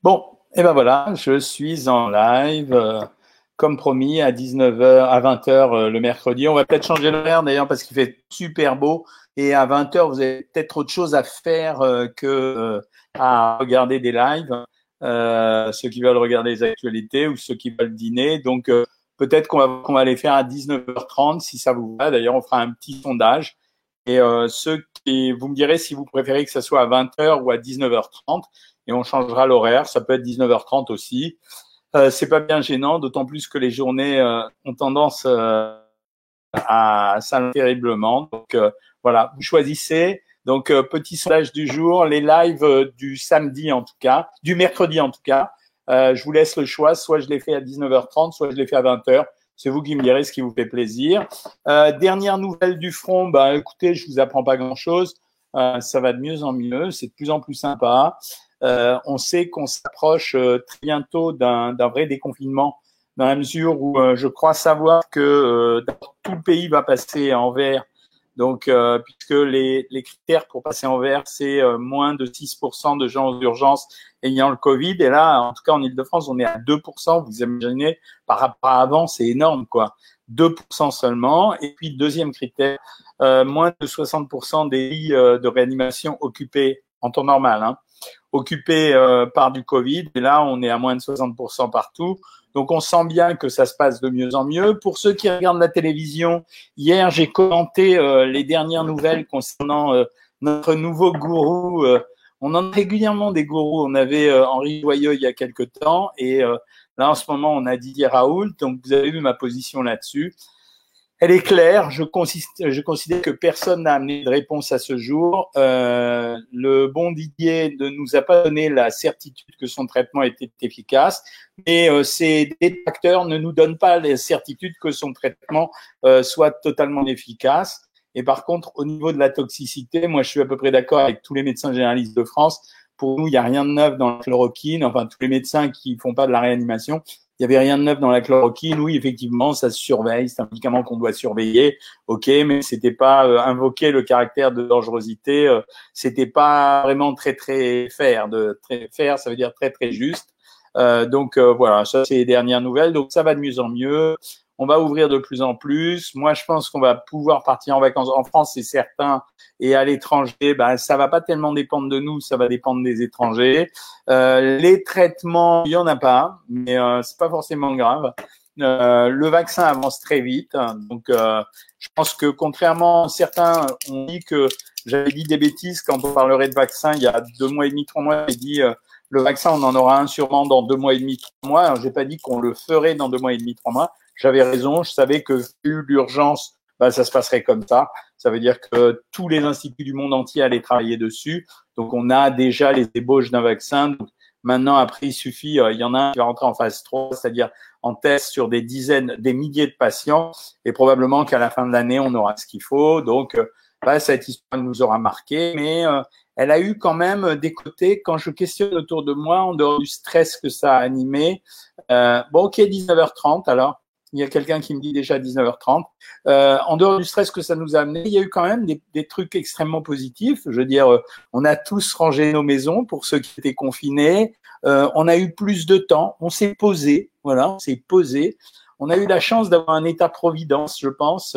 Bon, et ben voilà, je suis en live, comme promis, à 19h, à 20h le mercredi. On va peut-être changer l'horaire d'ailleurs parce qu'il fait super beau. Et à 20h, vous avez peut-être autre chose à faire que à regarder des lives. Ceux qui veulent regarder les actualités ou ceux qui veulent dîner. Donc, peut-être qu'on va les faire à 19h30 si ça vous va. D'ailleurs, on fera un petit sondage. Et vous me direz si vous préférez que ça soit à 20h ou à 19h30 et on changera l'horaire. Ça peut être 19h30 aussi. C'est pas bien gênant, d'autant plus que les journées ont tendance à s'allonger terriblement. Donc voilà, vous choisissez. Donc petit sondage du jour, les lives du samedi en tout cas, du mercredi en tout cas. Je vous laisse le choix, soit je les fais à 19h30, soit je les fais à 20h. C'est vous qui me direz ce qui vous fait plaisir. Dernière nouvelle du front, bah écoutez, je vous apprends pas grand-chose. Ça va de mieux en mieux, c'est de plus en plus sympa. On sait qu'on s'approche très bientôt d'un vrai déconfinement, dans la mesure où je crois savoir que tout le pays va passer en vert. Donc, puisque les critères pour passer en vert, c'est moins de 6% de gens aux urgences ayant le Covid. Et là, en tout cas en Ile-de-France, on est à 2%. Vous imaginez, par rapport à avant, c'est énorme, quoi. 2% seulement. Et puis, deuxième critère, moins de 60% des lits de réanimation occupés en temps normal, hein, occupés par du Covid. Et là, on est à moins de 60% partout. Donc, on sent bien que ça se passe de mieux en mieux. Pour ceux qui regardent la télévision, hier, j'ai commenté les dernières nouvelles concernant notre nouveau gourou. On en a régulièrement des gourous. On avait Henri Joyeux il y a quelque temps. Et là, en ce moment, on a Didier Raoult. Donc, vous avez vu ma position là-dessus. Elle est claire. Je considère que personne n'a amené de réponse à ce jour. Le bon Didier ne nous a pas donné la certitude que son traitement était efficace, mais ces détracteurs ne nous donnent pas la certitude que son traitement soit totalement efficace. Et par contre, au niveau de la toxicité, moi, je suis à peu près d'accord avec tous les médecins généralistes de France. Pour nous, il n'y a rien de neuf dans la chloroquine. Enfin, tous les médecins qui font pas de la réanimation, il n'y avait rien de neuf dans la chloroquine. Oui, effectivement, ça se surveille. C'est un médicament qu'on doit surveiller. OK, mais c'était pas invoquer le caractère de dangerosité. C'était pas vraiment très, très faire. Très faire, ça veut dire très, très juste. Donc, voilà, ça, c'est les dernières nouvelles. Donc, ça va de mieux en mieux. On va ouvrir de plus en plus. Moi, je pense qu'on va pouvoir partir en vacances en France, c'est certain. Et à l'étranger, ben, ça va pas tellement dépendre de nous, ça va dépendre des étrangers. Les traitements, il y en a pas, mais c'est pas forcément grave. Le vaccin avance très vite, donc je pense que contrairement, certains ont dit que j'avais dit des bêtises quand on parlerait de vaccin il y a 2 mois et demi, 3 mois. J'ai dit le vaccin, on en aura un sûrement dans 2 mois et demi, 3 mois. Alors, j'ai pas dit qu'on le ferait dans 2 mois et demi, 3 mois. J'avais raison, je savais que vu l'urgence, bah, ça se passerait comme ça. Ça veut dire que tous les instituts du monde entier allaient travailler dessus. Donc, on a déjà les ébauches d'un vaccin. Donc, maintenant, après, il suffit, il y en a un qui va rentrer en phase 3, c'est-à-dire en test sur des dizaines, des milliers de patients. Et probablement qu'à la fin de l'année, on aura ce qu'il faut. Donc, bah, cette histoire nous aura marqué. Mais elle a eu quand même des côtés, quand je questionne autour de moi, en dehors du stress que ça a animé. Bon, ok, 19h30 alors. Il y a quelqu'un qui me dit déjà 19h30. En dehors du stress que ça nous a amené, il y a eu quand même des trucs extrêmement positifs. Je veux dire, on a tous rangé nos maisons pour ceux qui étaient confinés. On a eu plus de temps. On s'est posé. Voilà, on s'est posé. On a eu la chance d'avoir un état-providence, je pense.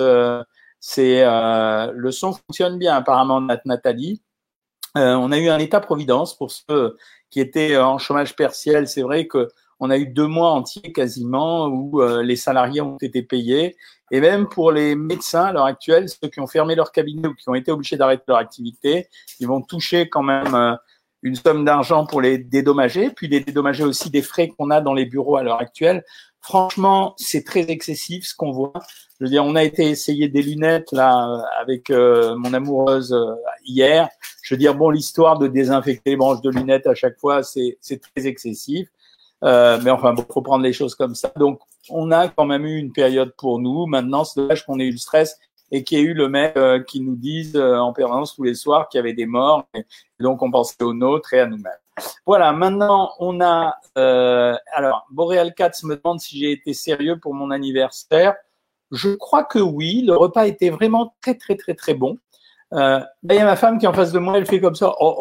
Le son fonctionne bien apparemment, Nathalie. On a eu un état-providence pour ceux qui étaient en chômage partiel. C'est vrai que on a eu 2 mois entiers quasiment où les salariés ont été payés. Et même pour les médecins à l'heure actuelle, ceux qui ont fermé leur cabinet ou qui ont été obligés d'arrêter leur activité, ils vont toucher quand même une somme d'argent pour les dédommager, puis les dédommager aussi des frais qu'on a dans les bureaux à l'heure actuelle. Franchement, c'est très excessif ce qu'on voit. Je veux dire, on a été essayer des lunettes là avec mon amoureuse hier. Je veux dire, bon, l'histoire de désinfecter les branches de lunettes à chaque fois, c'est très excessif. Mais enfin, bon, faut prendre les choses comme ça. Donc, on a quand même eu une période pour nous. Maintenant, c'est dommage qu'on ait eu le stress et qu'il y ait eu le mec qui nous dise en permanence tous les soirs qu'il y avait des morts. Et donc, on pensait aux nôtres et à nous-mêmes. Voilà, maintenant, on a... alors, Boreal 4 me demande si j'ai été sérieux pour mon anniversaire. Je crois que oui. Le repas était vraiment très, très, très, très bon. Là, il y a ma femme qui est en face de moi, elle fait comme ça. Oh, oh.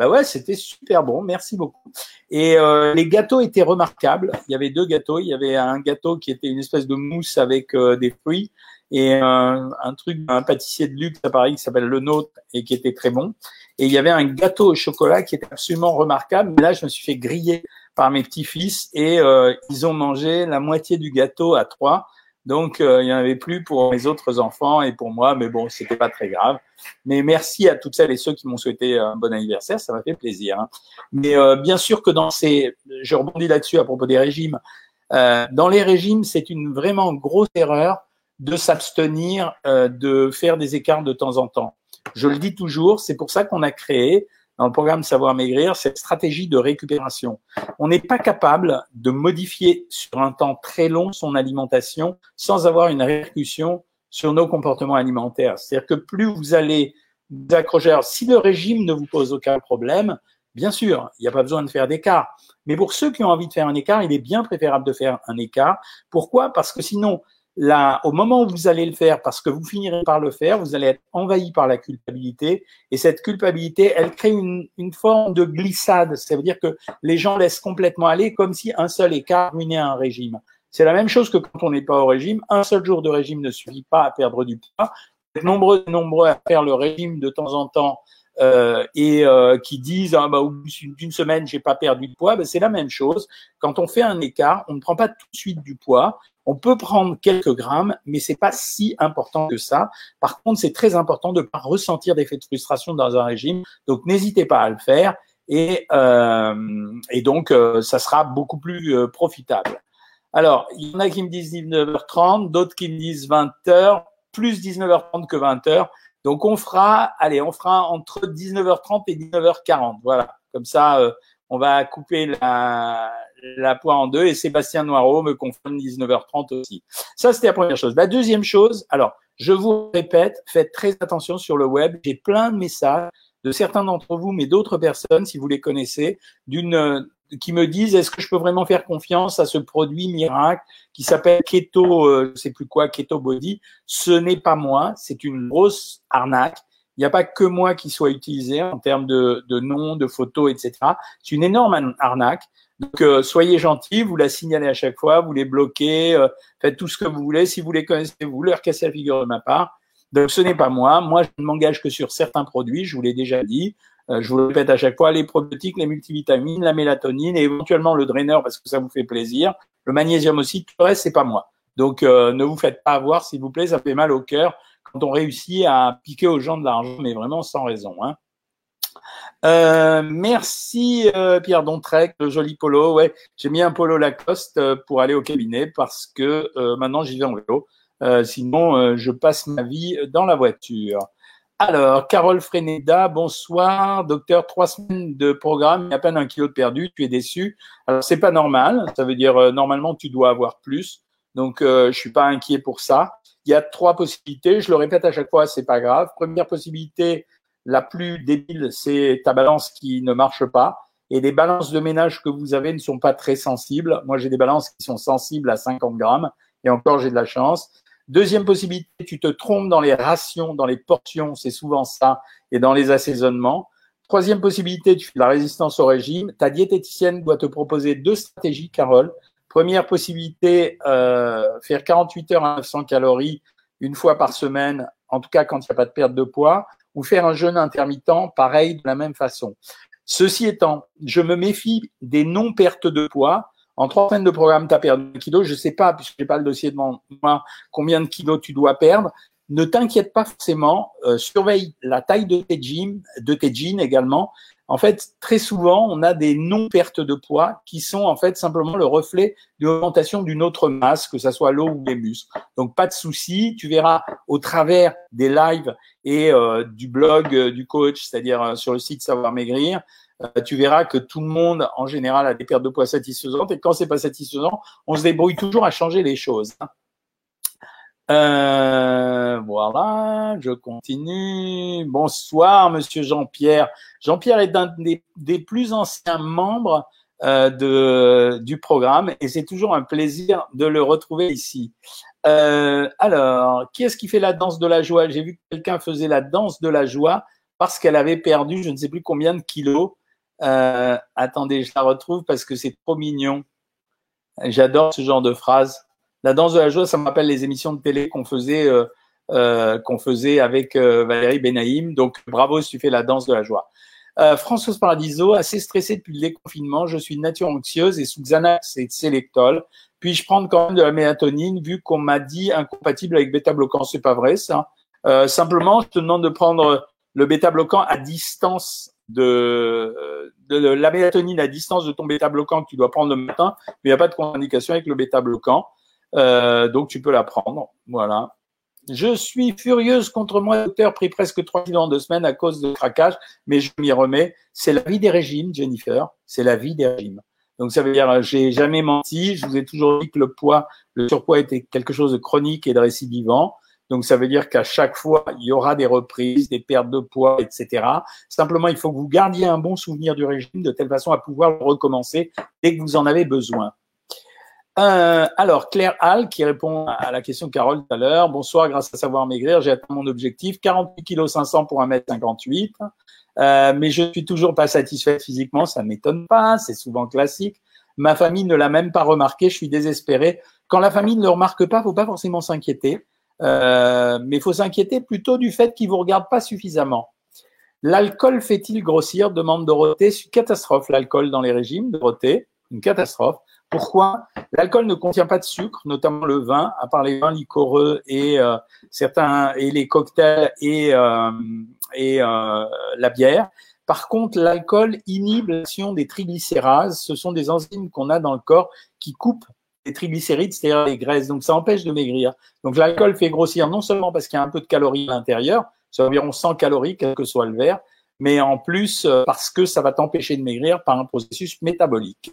Bah ouais, c'était super bon, merci beaucoup. Et les gâteaux étaient remarquables. Il y avait 2 gâteaux. Il y avait un gâteau qui était une espèce de mousse avec des fruits et un truc, un pâtissier de luxe à Paris qui s'appelle Le Nôtre et qui était très bon. Et il y avait un gâteau au chocolat qui était absolument remarquable. Mais là, je me suis fait griller par mes petits-fils et ils ont mangé la moitié du gâteau à 3. Donc, il n'y en avait plus pour mes autres enfants et pour moi, mais bon, c'était pas très grave. Mais merci à toutes celles et ceux qui m'ont souhaité un bon anniversaire, ça m'a fait plaisir. Hein. Mais bien sûr que je rebondis là-dessus à propos des régimes, dans les régimes, c'est une vraiment grosse erreur de s'abstenir de faire des écarts de temps en temps. Je le dis toujours, c'est pour ça qu'on a créé dans le programme Savoir Maigrir cette stratégie de récupération. On n'est pas capable de modifier sur un temps très long son alimentation sans avoir une répercussion sur nos comportements alimentaires. C'est-à-dire que plus vous allez vous accrocher, alors si le régime ne vous pose aucun problème, bien sûr, il n'y a pas besoin de faire d'écart. Mais pour ceux qui ont envie de faire un écart, il est bien préférable de faire un écart. Pourquoi? Parce que sinon, là, au moment où vous allez le faire, parce que vous finirez par le faire, vous allez être envahi par la culpabilité. Et cette culpabilité, elle crée une forme de glissade. Ça veut dire que les gens laissent complètement aller comme si un seul écart ruinait un régime. C'est la même chose que quand on n'est pas au régime. Un seul jour de régime ne suffit pas à perdre du poids. Vous êtes nombreux à faire le régime de temps en temps qui disent ah, bah, au bout d'une semaine, j'ai pas perdu de poids. Ben, c'est la même chose. Quand on fait un écart, on ne prend pas tout de suite du poids. On peut prendre quelques grammes, mais c'est pas si important que ça. Par contre, c'est très important de ne pas ressentir d'effet de frustration dans un régime. Donc, n'hésitez pas à le faire et donc, ça sera beaucoup plus profitable. Alors, il y en a qui me disent 19h30, d'autres qui me disent 20h, plus 19h30 que 20h. Donc, on fera entre 19h30 et 19h40. Voilà. Comme ça, on va couper la poire en deux et Sébastien Noireau me confirme 19h30 aussi. Ça, c'était la première chose. La deuxième chose, alors, je vous répète, faites très attention sur le web. J'ai plein de messages de certains d'entre vous, mais d'autres personnes, si vous les connaissez, qui me disent est-ce que je peux vraiment faire confiance à ce produit miracle qui s'appelle Keto, je sais plus quoi, Keto Body. Ce n'est pas moi, c'est une grosse arnaque. Il n'y a pas que moi qui soit utilisé en termes de nom, de photos, etc. C'est une énorme arnaque. Donc, soyez gentils, vous la signalez à chaque fois, vous les bloquez, faites tout ce que vous voulez. Si vous les connaissez, vous leur cassez la figure de ma part. Donc, ce n'est pas moi. Moi, je ne m'engage que sur certains produits, je vous l'ai déjà dit. Je vous le répète à chaque fois, les probiotiques, les multivitamines, la mélatonine et éventuellement le draineur parce que ça vous fait plaisir. Le magnésium aussi, tout le reste, c'est pas moi. Donc, ne vous faites pas avoir, s'il vous plaît, ça fait mal au cœur quand on réussit à piquer aux gens de l'argent, mais vraiment sans raison. Hein. Merci Pierre Dontrec, le joli polo. Ouais, j'ai mis un polo Lacoste pour aller au cabinet parce que maintenant j'y vais en vélo. Sinon, je passe ma vie dans la voiture. Alors, Carole Freneda, bonsoir. Docteur, 3 semaines de programme, il y a à peine 1 kilo de perdu, tu es déçu. Alors, c'est pas normal. Ça veut dire, normalement, tu dois avoir plus. Donc, je suis pas inquiet pour ça. Il y a 3 possibilités. Je le répète à chaque fois, c'est pas grave. Première possibilité, la plus débile, c'est ta balance qui ne marche pas. Et les balances de ménage que vous avez ne sont pas très sensibles. Moi, j'ai des balances qui sont sensibles à 50 grammes. Et encore, j'ai de la chance. Deuxième possibilité, tu te trompes dans les rations, dans les portions, c'est souvent ça, et dans les assaisonnements. Troisième possibilité, tu fais de la résistance au régime. Ta diététicienne doit te proposer 2 stratégies, Carole. Première possibilité, faire 48 heures à 900 calories une fois par semaine, en tout cas quand il n'y a pas de perte de poids, ou faire un jeûne intermittent, pareil, de la même façon. Ceci étant, je me méfie des non-pertes de poids. En 3 semaines de programme, tu as perdu 1 kilo. Je ne sais pas, puisque je n'ai pas le dossier devant moi, combien de kilos tu dois perdre. Ne t'inquiète pas forcément. Surveille la taille de tes jeans également. En fait, très souvent, on a des non-pertes de poids qui sont en fait simplement le reflet de l'augmentation d'une autre masse, que ça soit l'eau ou les muscles. Donc, pas de souci. Tu verras au travers des lives et du blog du coach, c'est-à-dire sur le site Savoir Maigrir, tu verras que tout le monde, en général, a des pertes de poids satisfaisantes. Et quand c'est pas satisfaisant, on se débrouille toujours à changer les choses. Voilà, je continue. Bonsoir, monsieur Jean-Pierre. Jean-Pierre est un des plus anciens membres du programme et c'est toujours un plaisir de le retrouver ici. Alors, qui est-ce qui fait la danse de la joie? J'ai vu que quelqu'un faisait la danse de la joie parce qu'elle avait perdu je ne sais plus combien de kilos. Attendez, je la retrouve parce que c'est trop mignon. J'adore ce genre de phrase. La danse de la joie, ça me rappelle les émissions de télé qu'on faisait avec Valérie Benaïm. Donc, bravo si tu fais la danse de la joie. Françoise Paradiso, assez stressée depuis le déconfinement. Je suis de nature anxieuse et sous Xanax et Sélectol. Puis-je prendre quand même de la mélatonine vu qu'on m'a dit incompatible avec bêta-bloquant? C'est pas vrai, ça. Simplement, je te demande de prendre le bêta-bloquant à distance de la mélatonine à distance de ton bêta-bloquant que tu dois prendre le matin, mais il n'y a pas de contre-indication avec le bêta-bloquant. Donc, tu peux la prendre. Voilà. Je suis furieuse contre moi, docteur, pris presque 3 kilos en 2 semaines à cause de craquage, mais je m'y remets. C'est la vie des régimes, Jennifer. C'est la vie des régimes. Donc, ça veut dire, j'ai jamais menti. Je vous ai toujours dit que le surpoids était quelque chose de chronique et de récidivant. Donc, ça veut dire qu'à chaque fois, il y aura des reprises, des pertes de poids, etc. Simplement, il faut que vous gardiez un bon souvenir du régime de telle façon à pouvoir le recommencer dès que vous en avez besoin. Alors, Claire Hall qui répond à la question de Carole tout à l'heure. Bonsoir, grâce à Savoir Maigrir, j'ai atteint mon objectif, 48,5 kg pour 1,58 m. Mais je ne suis toujours pas satisfaite physiquement, ça ne m'étonne pas, c'est souvent classique. Ma famille ne l'a même pas remarqué, je suis désespérée. Quand la famille ne le remarque pas, il ne faut pas forcément s'inquiéter. Mais il faut s'inquiéter plutôt du fait qu'ils ne vous regardent pas suffisamment. L'alcool fait-il grossir? Demande Dorothée. C'est une catastrophe, l'alcool dans les régimes, Dorothée. Une catastrophe. Pourquoi? L'alcool ne contient pas de sucre, notamment le vin, à part les vins liquoreux et certains et les cocktails et la bière. Par contre, l'alcool inhibe l'action des triglycérases. Ce sont des enzymes qu'on a dans le corps qui coupent les triglycérides, c'est-à-dire les graisses. Donc, ça empêche de maigrir. Donc, l'alcool fait grossir non seulement parce qu'il y a un peu de calories à l'intérieur, c'est environ 100 calories, quel que soit le verre, mais en plus parce que ça va t'empêcher de maigrir par un processus métabolique.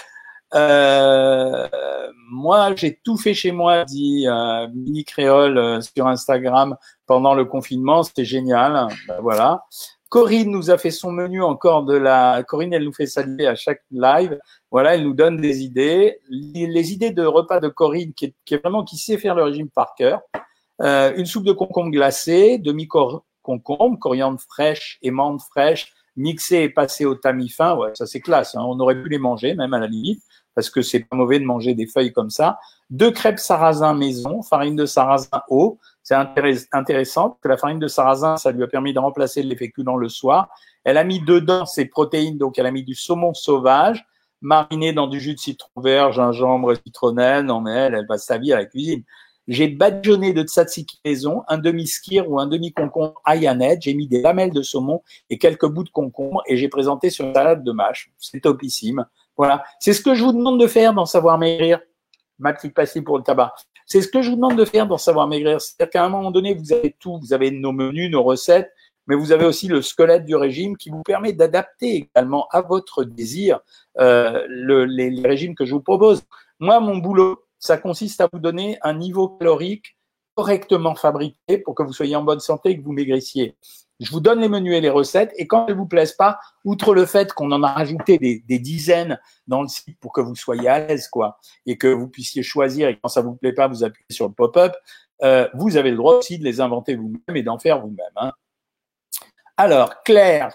Moi, j'ai tout fait chez moi, dit Mini Créole sur Instagram pendant le confinement. C'était génial. Ben, voilà. Corinne nous a fait son menu encore Corinne, elle nous fait saluer à chaque live. Voilà, elle nous donne des idées. Les idées de repas de Corinne, qui sait faire le régime par cœur. Une soupe de concombre glacée, demi-concombre, coriandre fraîche et menthe fraîche, mixée et passée au tamis fin. Ouais, ça c'est classe. Hein. On aurait pu les manger, même à la limite, parce que c'est pas mauvais de manger des feuilles comme ça. 2 crêpes sarrasin maison, farine de sarrasin eau. C'est intéressant que la farine de sarrasin, ça lui a permis de remplacer les féculents le soir. Elle a mis dedans ses protéines, donc elle a mis du saumon sauvage, mariné dans du jus de citron vert, gingembre et citronnelle. Non mais elle passe sa vie à la cuisine. J'ai badigeonné de tzatziki maison, un demi-skir ou un demi-concombre ayanette. J'ai mis des lamelles de saumon et quelques bouts de concombre et j'ai présenté sur une salade de mâche. C'est topissime. Voilà. C'est ce que je vous demande de faire dans Savoir Maigrir. Ma petite pastille pour le tabac. C'est ce que je vous demande de faire dans Savoir Maigrir. C'est-à-dire qu'à un moment donné, vous avez tout. Vous avez nos menus, nos recettes, mais vous avez aussi le squelette du régime qui vous permet d'adapter également à votre désir les régimes que je vous propose. Moi, mon boulot, ça consiste à vous donner un niveau calorique correctement fabriqué pour que vous soyez en bonne santé et que vous maigrissiez. Je vous donne les menus et les recettes et quand elles ne vous plaisent pas, outre le fait qu'on en a rajouté des dizaines dans le site pour que vous soyez à l'aise, quoi, et que vous puissiez choisir et quand ça ne vous plaît pas, vous appuyez sur le pop-up, vous avez le droit aussi de les inventer vous-même et d'en faire vous-même. Hein. Alors, Claire,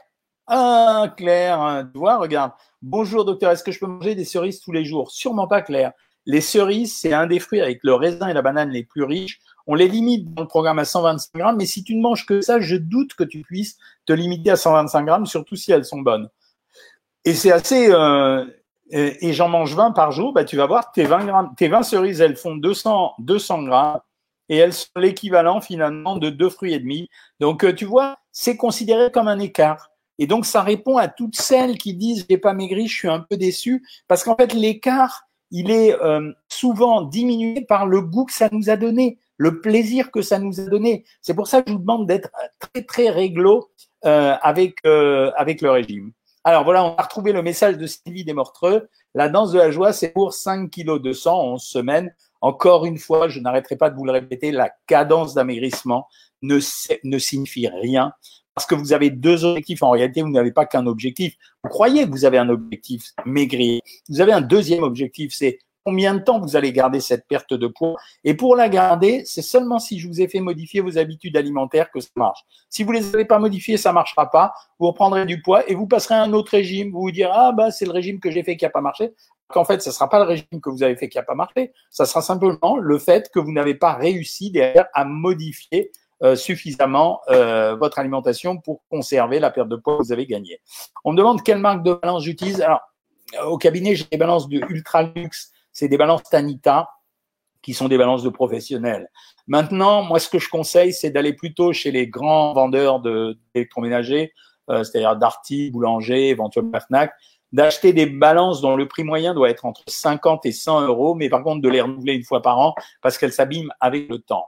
Claire, tu vois, regarde. Bonjour docteur, est-ce que je peux manger des cerises tous les jours? Sûrement pas, Claire. Les cerises, c'est un des fruits avec le raisin et la banane les plus riches. On les limite dans le programme à 125 grammes, mais si tu ne manges que ça, je doute que tu puisses te limiter à 125 grammes, surtout si elles sont bonnes. Et c'est assez... et j'en mange 20 par jour, bah, tu vas voir, tes 20 cerises, elles font 200 grammes et elles sont l'équivalent finalement de 2 fruits et demi. Donc, tu vois, c'est considéré comme un écart. Et donc, ça répond à toutes celles qui disent « j'ai pas maigri, je suis un peu déçu », parce qu'en fait, l'écart, il est souvent diminué par le goût que ça nous a donné, le plaisir que ça nous a donné. C'est pour ça que je vous demande d'être très, très réglo avec le régime. Alors voilà, on a retrouvé le message de Sylvie Desmortreux. La danse de la joie, c'est pour 5 kg de sang en 11 semaines. Encore une fois, je n'arrêterai pas de vous le répéter, la cadence d'amaigrissement ne signifie rien. Parce que vous avez 2 objectifs. En réalité, vous n'avez pas qu'un objectif. Vous croyez que vous avez un objectif, maigrir. Vous avez un deuxième objectif, c'est combien de temps vous allez garder cette perte de poids. Et pour la garder, c'est seulement si je vous ai fait modifier vos habitudes alimentaires que ça marche. Si vous les avez pas modifiées, ça marchera pas. Vous reprendrez du poids et vous passerez à un autre régime. Vous vous direz, ah, bah, c'est le régime que j'ai fait qui a pas marché. Qu'en fait, ce sera pas le régime que vous avez fait qui a pas marché. Ça sera simplement le fait que vous n'avez pas réussi derrière à modifier suffisamment votre alimentation pour conserver la perte de poids que vous avez gagnée. On me demande quelle marque de balance j'utilise. Alors, au cabinet, j'ai des balances de Ultralux, c'est des balances Tanita qui sont des balances de professionnels. Maintenant, moi, ce que je conseille, c'est d'aller plutôt chez les grands vendeurs d'électroménagers, c'est-à-dire Darty, Boulanger, éventuellement Fnac, d'acheter des balances dont le prix moyen doit être entre 50 et 100 euros, mais par contre de les renouveler une fois par an parce qu'elles s'abîment avec le temps.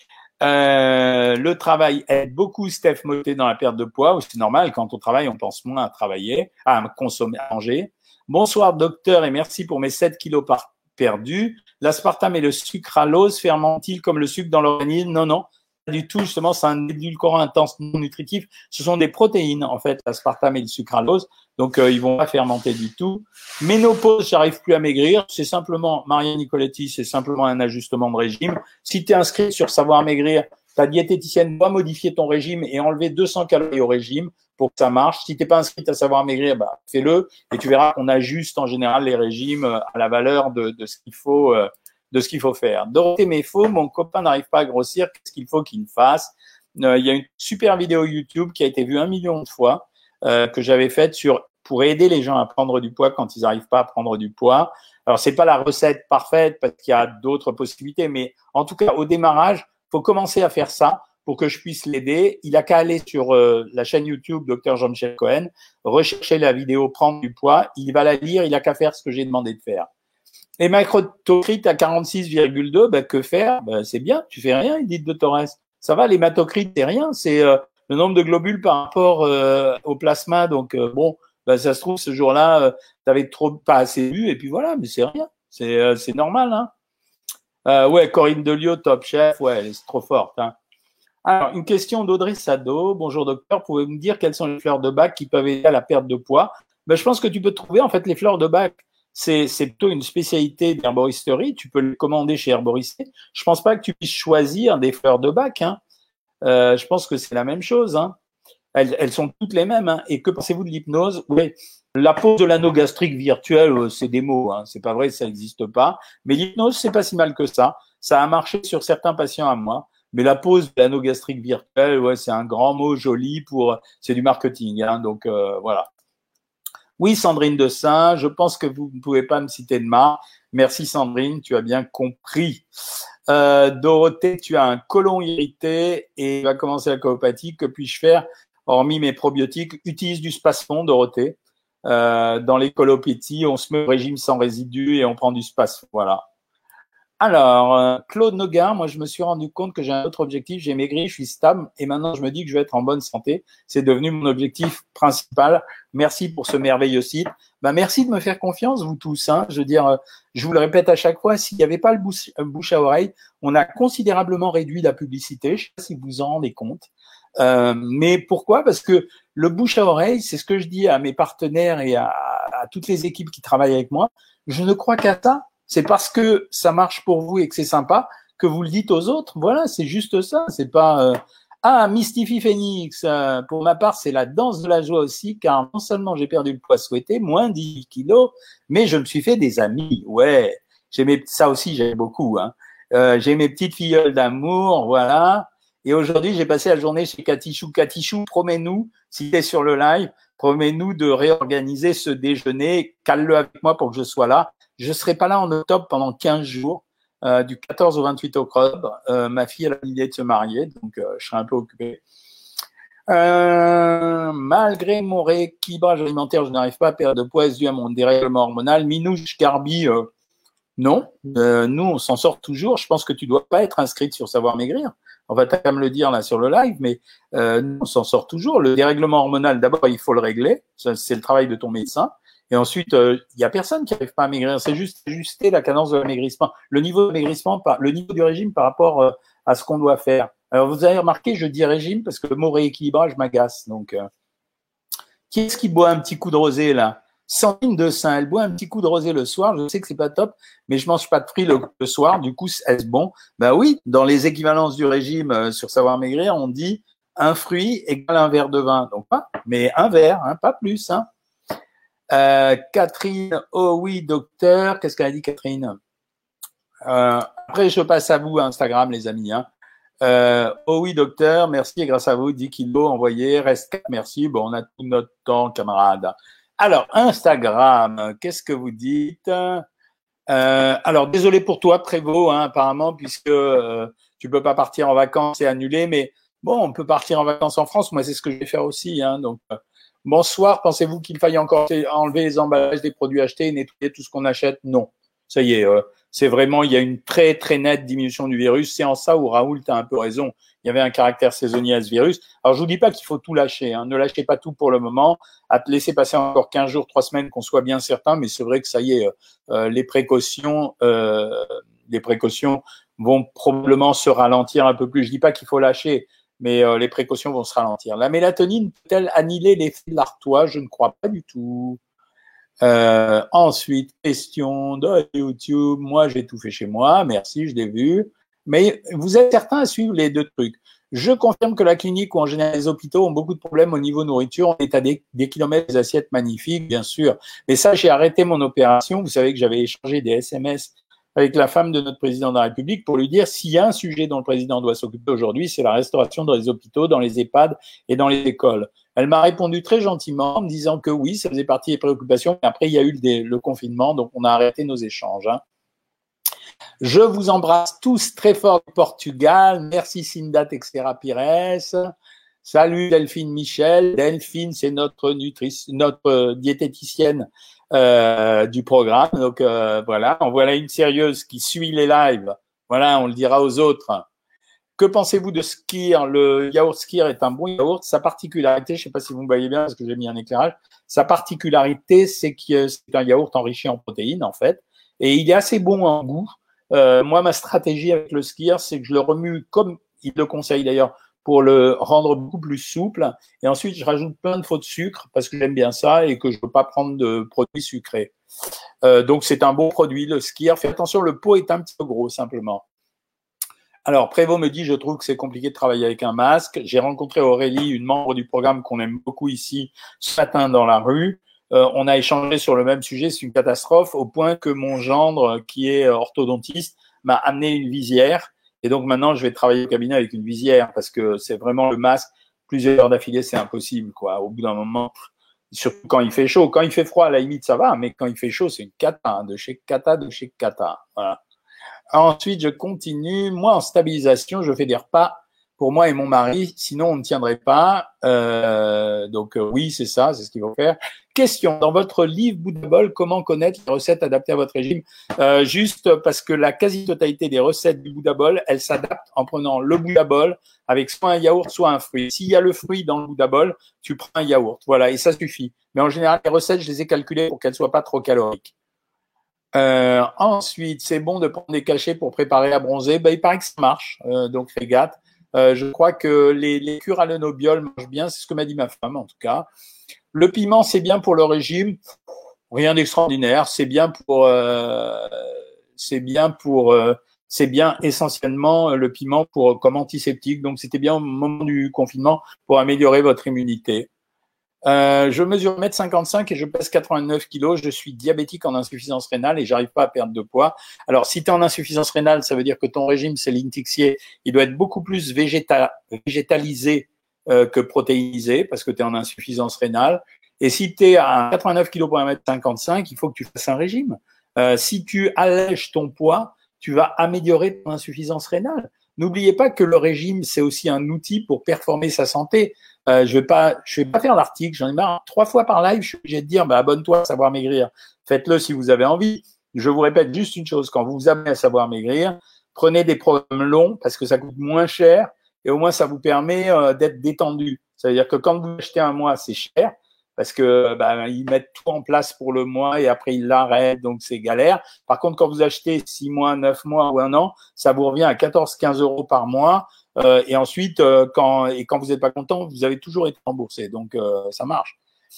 Le travail aide beaucoup Steph Moté dans la perte de poids. C'est normal, quand on travaille, on pense moins à travailler, à consommer, à manger. Bonsoir docteur et merci pour mes 7 kilos perdus. L'aspartame et le sucralose fermentent-ils comme le sucre dans l'organisme? Non, non, pas du tout. Justement, c'est un édulcorant intense non nutritif. Ce sont des protéines, en fait, l'aspartame et le sucralose. Donc, ils vont pas fermenter du tout. Ménopause, j'arrive plus à maigrir. C'est simplement, Maria Nicoletti, c'est simplement un ajustement de régime. Si tu es inscrit sur Savoir Maigrir, ta diététicienne doit modifier ton régime et enlever 200 calories au régime pour que ça marche. Si tu n'es pas inscrit à Savoir Maigrir, bah, fais-le et tu verras qu'on ajuste en général les régimes à la valeur de ce qu'il faut, faire. Dorothée Méfaux, mon copain n'arrive pas à grossir, qu'est-ce qu'il faut qu'il fasse? Il y a une super vidéo YouTube qui a été vue 1 million de fois que j'avais faite pour aider les gens à prendre du poids quand ils n'arrivent pas à prendre du poids. Alors, c'est pas la recette parfaite parce qu'il y a d'autres possibilités, mais en tout cas, au démarrage, faut commencer à faire ça pour que je puisse l'aider. Il a qu'à aller sur la chaîne YouTube Dr Jean-Michel Cohen, rechercher la vidéo Prendre du poids, il va la lire, il a qu'à faire ce que j'ai demandé de faire. Hématocrite à 46,2, bah, que faire? Bah, c'est bien, tu fais rien, Edith de Torres. Ça va, l'hématocrite, c'est rien, c'est le nombre de globules par rapport au plasma. Donc, bon, bah, ça se trouve, ce jour-là, tu avais pas assez bu, et puis voilà, mais c'est rien. C'est normal, hein. Ouais, Corinne Delio, Top Chef, ouais, elle est trop forte, hein. Alors, une question d'Audrey Sado. Bonjour docteur, pouvez-vous me dire quelles sont les fleurs de bac qui peuvent aider à la perte de poids? Ben, je pense que tu peux trouver, en fait, les fleurs de bac, c'est plutôt une spécialité d'herboristerie. Tu peux le commander chez Herboristerie. Je pense pas que tu puisses choisir des fleurs de bac, hein. Je pense que c'est la même chose, hein. Elles sont toutes les mêmes, hein. Et que pensez-vous de l'hypnose? Oui, la pose de l'anneau gastrique virtuel, c'est des mots, hein. C'est pas vrai, ça n'existe pas. Mais l'hypnose, c'est pas si mal que ça. Ça a marché sur certains patients à moi. Mais la pose de l'anneau gastrique virtuel, ouais, c'est un grand mot joli c'est du marketing, hein. Donc voilà. Oui, Sandrine de Saint, je pense que vous ne pouvez pas me citer de marque. Merci Sandrine, tu as bien compris. Dorothée, tu as un côlon irrité et tu vas commencer la colopathie. Que puis-je faire hormis mes probiotiques? Utilise du Spasfon, Dorothée. Dans les colopéties, on se met au régime sans résidus et on prend du Spasfon. Voilà. Alors, Claude Nogar, moi je me suis rendu compte que j'ai un autre objectif, j'ai maigri, je suis stable et maintenant je me dis que je vais être en bonne santé. C'est devenu mon objectif principal. Merci pour ce merveilleux site. Ben, merci de me faire confiance, vous tous, hein. Je veux dire, je vous le répète à chaque fois, s'il n'y avait pas le bouche à oreille, on a considérablement réduit la publicité. Je ne sais pas si vous vous en rendez compte. Mais pourquoi? Parce que le bouche à oreille, c'est ce que je dis à mes partenaires et à toutes les équipes qui travaillent avec moi. Je ne crois qu'à ça. C'est parce que ça marche pour vous et que c'est sympa que vous le dites aux autres. Voilà, c'est juste ça. C'est pas Mystify Phoenix. Pour ma part, c'est la danse de la joie aussi, car non seulement j'ai perdu le poids souhaité, moins 10 kilos, mais je me suis fait des amis. Ouais, ça aussi, j'aime beaucoup, hein. J'ai mes petites filleules d'amour, voilà. Et aujourd'hui, j'ai passé la journée chez Katichou. Katichou, promets-nous, si tu es sur le live, promets-nous de réorganiser ce déjeuner. Cale-le avec moi pour que je sois là. Je serai pas là en octobre pendant 15 jours, du 14 au 28 octobre. Ma fille, elle a l'idée de se marier, donc je serai un peu occupé. Malgré mon rééquilibrage alimentaire, je n'arrive pas à perdre de poids dû à mon dérèglement hormonal. Minouche Garbi, non. Nous, on s'en sort toujours. Je pense que tu dois pas être inscrite sur Savoir Maigrir. On va quand même le dire là sur le live, mais nous, on s'en sort toujours. Le dérèglement hormonal, d'abord, il faut le régler. Ça, c'est le travail de ton médecin. Et ensuite, il y a personne qui n'arrive pas à maigrir. C'est juste ajuster la cadence de l'amaigrissement, le niveau de maigrissement, le niveau du régime par rapport à ce qu'on doit faire. Alors, vous avez remarqué, je dis régime parce que le mot rééquilibrage m'agace. Donc, qui est-ce qui boit un petit coup de rosé là? Sandrine de Saint, elle boit un petit coup de rosé le soir. Je sais que c'est pas top, mais je mange pas de fruits le soir. Du coup, est-ce bon? Ben oui, dans les équivalences du régime sur Savoir Maigrir, on dit un fruit égale un verre de vin. Donc pas, mais un verre, hein, pas plus. Hein. Catherine, oh oui, docteur. Qu'est-ce qu'elle a dit, Catherine? Après, je passe à vous, Instagram, les amis. Hein. Oh oui, docteur, merci. Et grâce à vous, 10 kilos envoyés. Reste 4, merci. Bon, on a tout notre temps, camarade. Alors, Instagram, qu'est-ce que vous dites? Alors, désolé pour toi, Prévost, hein, apparemment, puisque tu peux pas partir en vacances et annuler, mais bon, on peut partir en vacances en France. Moi, c'est ce que je vais faire aussi. Hein, donc, bonsoir. Pensez-vous qu'il faille encore enlever les emballages des produits achetés et nettoyer tout ce qu'on achète? Non. Ça y est, c'est vraiment, il y a une très, très nette diminution du virus. C'est en ça où Raoult a un peu raison. Il y avait un caractère saisonnier à ce virus. Alors, je vous dis pas qu'il faut tout lâcher. Hein. Ne lâchez pas tout pour le moment. À te laisser passer encore 15 jours, 3 semaines, qu'on soit bien certain. Mais c'est vrai que ça y est, les précautions vont probablement se ralentir un peu plus. Je dis pas qu'il faut lâcher, mais les précautions vont se ralentir. La mélatonine peut-elle annihiler l'effet de l'artois? Je ne crois pas du tout. Ensuite, question de YouTube. Moi, j'ai tout fait chez moi. Merci, je l'ai vu. Mais vous êtes certain à suivre les deux trucs. Je confirme que la clinique ou en général les hôpitaux ont beaucoup de problèmes au niveau nourriture. On est à des kilomètres des assiettes magnifiques, bien sûr. Mais ça, j'ai arrêté mon opération. Vous savez que j'avais échangé des SMS avec la femme de notre président de la République pour lui dire s'il y a un sujet dont le président doit s'occuper aujourd'hui, c'est la restauration dans les hôpitaux, dans les EHPAD et dans les écoles. Elle m'a répondu très gentiment en me disant que oui, ça faisait partie des préoccupations. Mais après, il y a eu le confinement, donc on a arrêté nos échanges. Hein. Je vous embrasse tous très fort du Portugal. Merci Cinda Texera Pires. Salut Delphine Michel. Delphine, c'est notre diététicienne du programme. Donc voilà, en voilà une sérieuse qui suit les lives. Voilà, on le dira aux autres. Que pensez-vous de Skyr? Le yaourt Skyr est un bon yaourt. Sa particularité, je ne sais pas si vous me voyez bien parce que j'ai mis un éclairage, sa particularité, c'est que c'est un yaourt enrichi en protéines, en fait. Et il est assez bon en goût. Moi, ma stratégie avec le Skyr, c'est que je le remue comme il le conseille d'ailleurs pour le rendre beaucoup plus souple. Et ensuite, je rajoute plein de faux de sucre parce que j'aime bien ça et que je ne veux pas prendre de produits sucrés. Donc, c'est un bon produit, le Skyr. Faites attention, le pot est un petit peu gros, simplement. Alors, Prévost me dit, je trouve que c'est compliqué de travailler avec un masque. J'ai rencontré Aurélie, une membre du programme qu'on aime beaucoup ici, ce matin dans la rue. On a échangé sur le même sujet, c'est une catastrophe, au point que mon gendre, qui est orthodontiste, m'a amené une visière. Et donc maintenant, je vais travailler au cabinet avec une visière parce que c'est vraiment le masque. Plusieurs heures d'affilée, c'est impossible, quoi. Au bout d'un moment, surtout quand il fait chaud. Quand il fait froid, à la limite, ça va, mais quand il fait chaud, c'est une cata, hein, de chez cata. Voilà. Ensuite, je continue. Moi, en stabilisation, je fais des repas pour moi et mon mari. Sinon, on ne tiendrait pas. Oui, c'est ça, c'est ce qu'il faut faire. Question. Dans votre livre Boudabol, comment connaître les recettes adaptées à votre régime? Juste parce que la quasi-totalité des recettes du Boudabol, elles s'adaptent en prenant le Boudabol avec soit un yaourt, soit un fruit. S'il y a le fruit dans le Boudabol, tu prends un yaourt. Voilà, et ça suffit. Mais en général, les recettes, je les ai calculées pour qu'elles soient pas trop caloriques. Ensuite, c'est bon de prendre des cachets pour préparer à bronzer. Il paraît que ça marche, donc fais gaffe. Je crois que les cures à l'enobiol marchent bien, c'est ce que m'a dit ma femme en tout cas. Le piment, c'est bien pour le régime, rien d'extraordinaire. C'est bien essentiellement le piment comme antiseptique. Donc c'était bien au moment du confinement pour améliorer votre immunité. Je mesure 1,55 m et je pèse 89 kilos. Je suis diabétique en insuffisance rénale et j'arrive pas à perdre de poids. Alors, si tu es en insuffisance rénale, ça veut dire que ton régime, c'est Tixier. Il doit être beaucoup plus végétalisé que protéinisé parce que tu es en insuffisance rénale. Et si tu es à 89 kilos pour 1,55 m, il faut que tu fasses un régime. Si tu allèges ton poids, tu vas améliorer ton insuffisance rénale. N'oubliez pas que le régime, c'est aussi un outil pour performer sa santé. Je vais pas faire l'article, j'en ai marre. 3 fois par live, je suis obligé de dire, abonne-toi à Savoir Maigrir. Faites-le si vous avez envie. Je vous répète juste une chose, quand vous vous abonnez à Savoir Maigrir, prenez des programmes longs parce que ça coûte moins cher et au moins ça vous permet d'être détendu. Ça veut dire que quand vous achetez un mois, c'est cher parce que ils mettent tout en place pour le mois et après ils l'arrêtent, donc c'est galère. Par contre, quand vous achetez 6 mois, 9 mois ou un an, ça vous revient à 14-15 € par mois. Et ensuite, quand vous n'êtes pas content, vous avez toujours été remboursé. Donc, ça marche.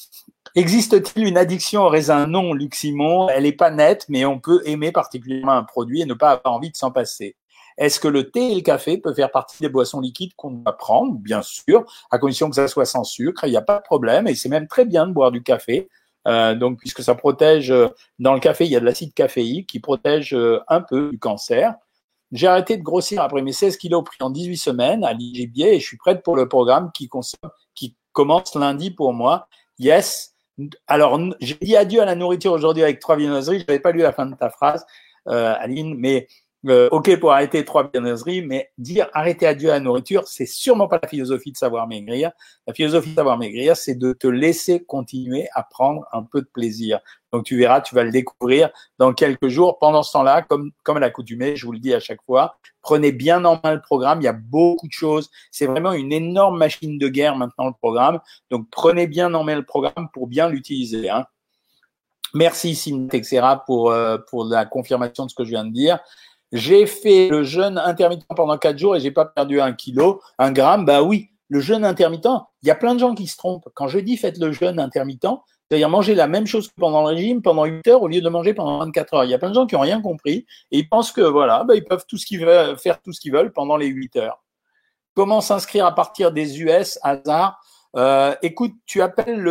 Existe-t-il une addiction au raisin? Non, Luc Simon, elle n'est pas nette, mais on peut aimer particulièrement un produit et ne pas avoir envie de s'en passer. Est-ce que le thé et le café peuvent faire partie des boissons liquides qu'on doit prendre? Bien sûr, à condition que ça soit sans sucre, il n'y a pas de problème, et c'est même très bien de boire du café. Donc, puisque ça protège, dans le café, il y a de l'acide caféique qui protège un peu du cancer. J'ai arrêté de grossir après mes 16 kilos pris en 18 semaines à Ligier et je suis prête pour le programme qui commence lundi pour moi. Yes. Alors, j'ai dit adieu à la nourriture aujourd'hui avec 3 viennoiseries. Je n'avais pas lu la fin de ta phrase, Aline, mais OK pour arrêter 3 viennoiseries, mais dire arrêter adieu à la nourriture, c'est sûrement pas la philosophie de Savoir Maigrir. La philosophie de Savoir Maigrir, c'est de te laisser continuer à prendre un peu de plaisir. Donc, tu verras, tu vas le découvrir dans quelques jours. Pendant ce temps-là, comme à l'accoutumée, je vous le dis à chaque fois, prenez bien en main le programme. Il y a beaucoup de choses. C'est vraiment une énorme machine de guerre maintenant, le programme. Donc, prenez bien en main le programme pour bien l'utiliser. Hein. Merci, Simon Texera, pour la confirmation de ce que je viens de dire. J'ai fait le jeûne intermittent pendant 4 jours et j'ai pas perdu 1 kilo, 1 gramme. Bah oui, le jeûne intermittent, il y a plein de gens qui se trompent. Quand je dis faites le jeûne intermittent, c'est-à-dire manger la même chose que pendant le régime, pendant 8 heures, au lieu de manger pendant 24 heures. Il y a plein de gens qui n'ont rien compris et ils pensent que voilà, ils peuvent faire tout ce qu'ils veulent pendant les 8 heures. Comment s'inscrire à partir des US, hasard? Écoute, il y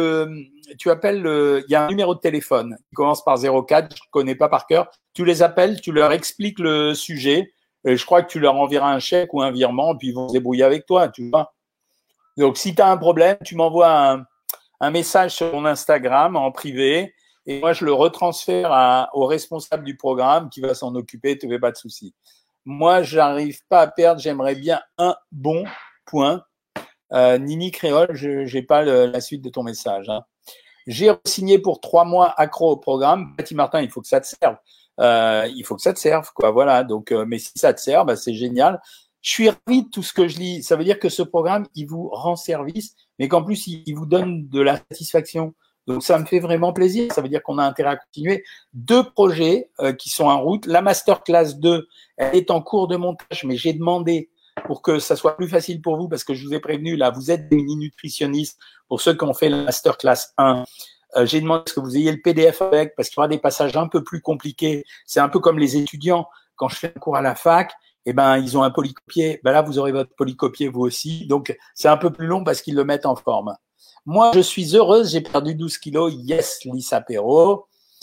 a un numéro de téléphone qui commence par 04, je ne connais pas par cœur. Tu les appelles, tu leur expliques le sujet. Et je crois que tu leur enverras un chèque ou un virement, puis ils vont se débrouiller avec toi, tu vois. Donc, si tu as un problème, tu m'envoies un message sur mon Instagram en privé et moi, je le retransfère au responsable du programme qui va s'en occuper, tu ne fais pas de souci. Moi, j'arrive pas à perdre, j'aimerais bien un bon point. Nini Créole, je n'ai pas la suite de ton message. Hein. J'ai signé pour 3 mois accro au programme. Patty Martin, il faut que ça te serve. Il faut que ça te serve, quoi. Voilà. Donc, mais si ça te sert, bah, c'est génial. Je suis ravi de tout ce que je lis. Ça veut dire que ce programme, il vous rend service, mais qu'en plus, il vous donne de la satisfaction. Donc, ça me fait vraiment plaisir. Ça veut dire qu'on a intérêt à continuer. 2 projets qui sont en route. La Masterclass 2, elle est en cours de montage, mais j'ai demandé pour que ça soit plus facile pour vous, parce que je vous ai prévenu, là, vous êtes des mini-nutritionnistes. Pour ceux qui ont fait la Masterclass 1, j'ai demandé que vous ayez le PDF avec, parce qu'il y aura des passages un peu plus compliqués. C'est un peu comme les étudiants. Quand je fais un cours à la fac, eh ben, ils ont un polycopier. Ben là, vous aurez votre polycopier, vous aussi. Donc, c'est un peu plus long parce qu'ils le mettent en forme. Moi, je suis heureuse. J'ai perdu 12 kilos. Yes, Lisa Perrault.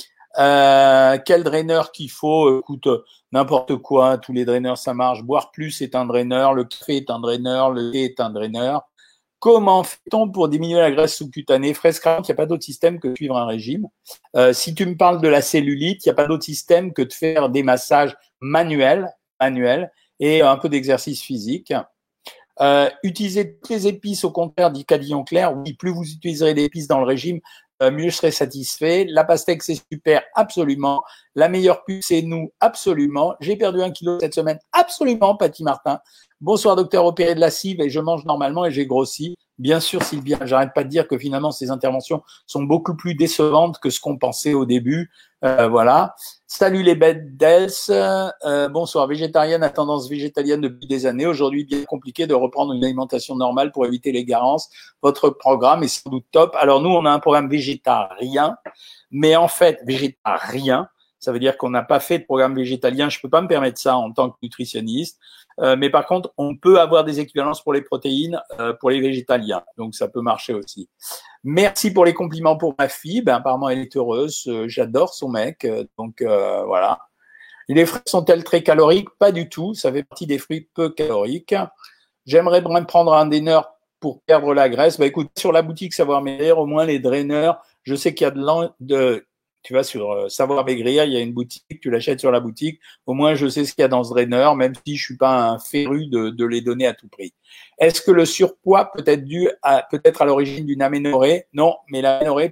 Quel draineur qu'il faut? Écoute, n'importe quoi. Tous les draineurs, ça marche. Boire plus est un draineur. Le café est un draineur. Le thé est un draineur. Comment fait-on pour diminuer la graisse sous-cutanée? Fraise cravante, il n'y a pas d'autre système que de suivre un régime. Si tu me parles de la cellulite, il n'y a pas d'autre système que de faire des massages manuels et un peu d'exercice physique. Utiliser toutes les épices, au contraire, dit Cadillon Clair. Oui, plus vous utiliserez d'épices dans le régime, mieux je serai satisfait. La pastèque, c'est super, absolument. La meilleure pub, c'est nous, absolument. J'ai perdu 1 kilo cette semaine, absolument, Patty Martin. Bonsoir, docteur opéré de la cive, et je mange normalement et j'ai grossi. Bien sûr, Sylvia, j'arrête pas de dire que finalement, ces interventions sont beaucoup plus décevantes que ce qu'on pensait au début. Voilà. Salut les bêtes d'Els. Bonsoir, végétarienne à tendance végétalienne depuis des années. Aujourd'hui, bien compliqué de reprendre une alimentation normale pour éviter les carences. Votre programme est sans doute top. Alors nous, on a un programme végétarien, mais en fait, végétarien, ça veut dire qu'on n'a pas fait de programme végétalien. Je peux pas me permettre ça en tant que nutritionniste. Mais par contre, on peut avoir des équivalences pour les protéines, pour les végétaliens. Donc, ça peut marcher aussi. Merci pour les compliments pour ma fille. Ben, apparemment, elle est heureuse. J'adore son mec. Donc, voilà. Les fruits sont-elles très caloriques? Pas du tout. Ça fait partie des fruits peu caloriques. J'aimerais bien prendre un draineur pour perdre la graisse. Ben, écoute, sur la boutique Savoir Maigrir, au moins les draineurs, je sais qu'il y a tu vas sur Savoir Maigrir, il y a une boutique, tu l'achètes sur la boutique. Au moins, je sais ce qu'il y a dans ce draineur, même si je suis pas un féru de les donner à tout prix. Est-ce que le surpoids peut être dû peut-être à l'origine d'une aménorrhée? Non, mais l'aménorrhée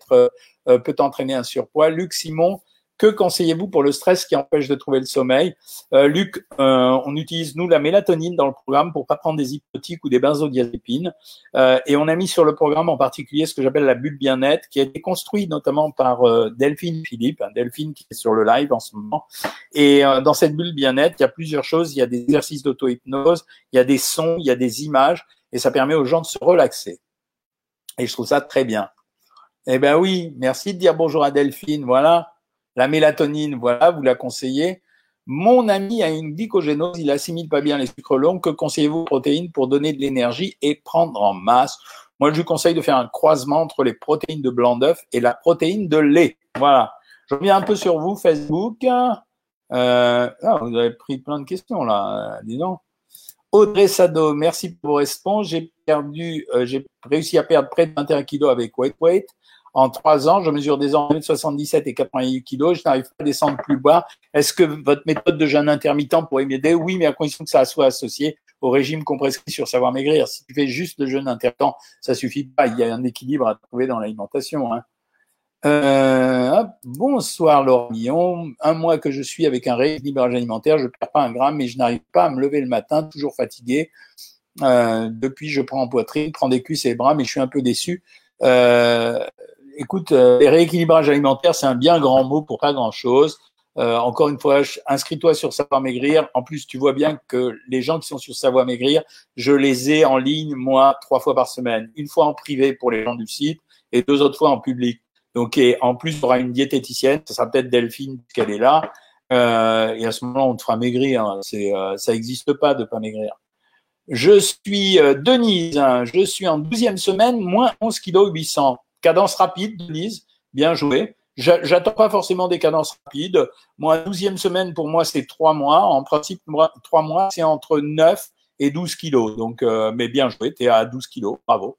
peut entraîner un surpoids. Luc Simon, que conseillez-vous pour le stress qui empêche de trouver le sommeil? Luc, on utilise, nous, la mélatonine dans le programme pour pas prendre des hypnotiques ou des benzodiazépines. Et on a mis sur le programme en particulier ce que j'appelle la bulle bien-être, qui a été construite notamment par Delphine Philippe, Delphine qui est sur le live en ce moment. Et dans cette bulle bien-être, il y a plusieurs choses. Il y a des exercices d'auto-hypnose, il y a des sons, il y a des images, et ça permet aux gens de se relaxer. Et je trouve ça très bien. Eh ben oui, merci de dire bonjour à Delphine. Voilà, la mélatonine, voilà, vous la conseillez. Mon ami a une glycogénose, il assimile pas bien les sucres longs. Que conseillez-vous aux protéines pour donner de l'énergie et prendre en masse? Moi, je lui conseille de faire un croisement entre les protéines de blanc d'œuf et la protéine de lait. Voilà. Je reviens un peu sur vous, Facebook. Vous avez pris plein de questions là, dis donc. Audrey Sado, merci pour vos réponses. J'ai réussi à perdre près de 21 kilos avec Weight. En 3 ans, je mesure désormais 77 et 88 kilos. Je n'arrive pas à descendre plus bas. Est-ce que votre méthode de jeûne intermittent pourrait m'aider? Oui, mais à condition que ça soit associé au régime qu'on prescrit sur Savoir Maigrir. Si tu fais juste le jeûne intermittent, ça suffit pas. Il y a un équilibre à trouver dans l'alimentation. Bonsoir Laure Millon. 1 mois que je suis avec un rééquilibrage alimentaire, je ne perds pas un gramme, mais je n'arrive pas à me lever le matin, toujours fatigué. Depuis, je prends en poitrine, prends des cuisses et les bras, mais je suis un peu déçu. Écoute, les rééquilibrages alimentaires, c'est un bien grand mot pour pas grand-chose. Encore une fois, inscris-toi sur Savoir Maigrir. En plus, tu vois bien que les gens qui sont sur Savoir Maigrir, je les ai en ligne, moi, 3 fois par semaine. Une fois en privé pour les gens du site et 2 autres fois en public. Donc, et en plus, tu auras une diététicienne, ça sera peut-être Delphine, puisqu'elle est là. Et à ce moment-là, on te fera maigrir. Ça n'existe pas de pas maigrir. Je suis Denise, je suis en 12e semaine, moins 11 kg 800. Cadence rapide, Denise, bien joué. J'attends pas forcément des cadences rapides. Moi, 12e semaine, pour moi, c'est 3 mois. En principe, 3 mois, c'est entre 9 et 12 kilos. Donc, mais bien joué, tu es à 12 kilos, bravo.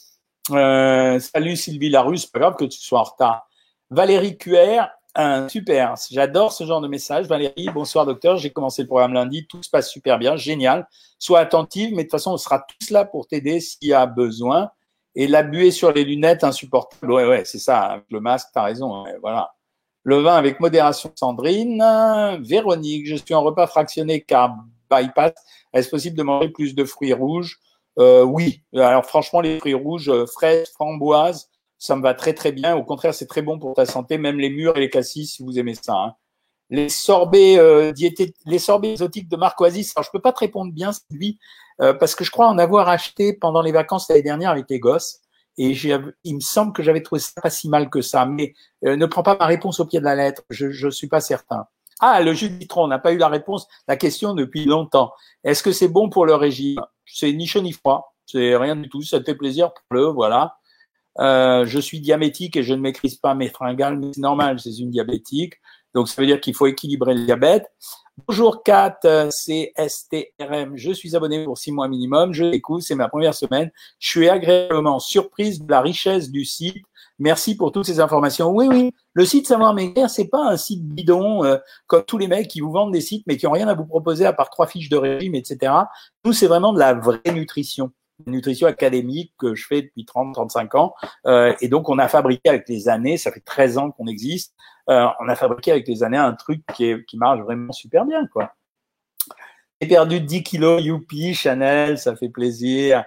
Salut Sylvie Larusse, c'est pas grave que tu sois en retard. Valérie QR, super, j'adore ce genre de message. Valérie, bonsoir docteur, j'ai commencé le programme lundi, tout se passe super bien, génial. Sois attentive, mais de toute façon, on sera tous là pour t'aider s'il y a besoin. Et la buée sur les lunettes, insupportable. Ouais, c'est ça, avec le masque, t'as raison, voilà. Le vin avec modération, Sandrine. Véronique, je suis en repas fractionné car bypass. Est-ce possible de manger plus de fruits rouges? Oui. Alors franchement, les fruits rouges, fraises, framboises, ça me va très très bien. Au contraire, c'est très bon pour ta santé, même les mûres et les cassis si vous aimez ça. Hein. Les sorbets les sorbets exotiques de Marc Oasis. Alors je peux pas te répondre bien, lui, parce que je crois en avoir acheté pendant les vacances l'année dernière avec les gosses. Et il me semble que j'avais trouvé ça pas si mal que ça. Mais ne prends pas ma réponse au pied de la lettre. Je suis pas certain. Ah, le jus de citron, on n'a pas eu la réponse, la question depuis longtemps. Est-ce que c'est bon pour le régime? C'est ni chaud ni froid. C'est rien du tout. Ça te fait plaisir pour le, voilà. Je suis diabétique et je ne maîtrise pas mes fringales, mais c'est normal, c'est une diabétique. Donc, ça veut dire qu'il faut équilibrer le diabète. Bonjour Kat, c'est STRM. Je suis abonné pour 6 mois minimum. Je l'écoute, c'est ma première semaine. Je suis agréablement surprise de la richesse du site. Merci pour toutes ces informations. Oui, le site Savoir Maigrir, c'est pas un site bidon comme tous les mecs qui vous vendent des sites mais qui ont rien à vous proposer à part 3 fiches de régime, etc. Nous, c'est vraiment de la vraie nutrition. Une nutrition académique que je fais depuis 30-35 ans. Et donc, on a fabriqué avec les années, ça fait 13 ans qu'on existe, on a fabriqué avec les années un truc qui marche vraiment super bien, quoi. J'ai perdu 10 kilos, youpi, Chanel, ça fait plaisir.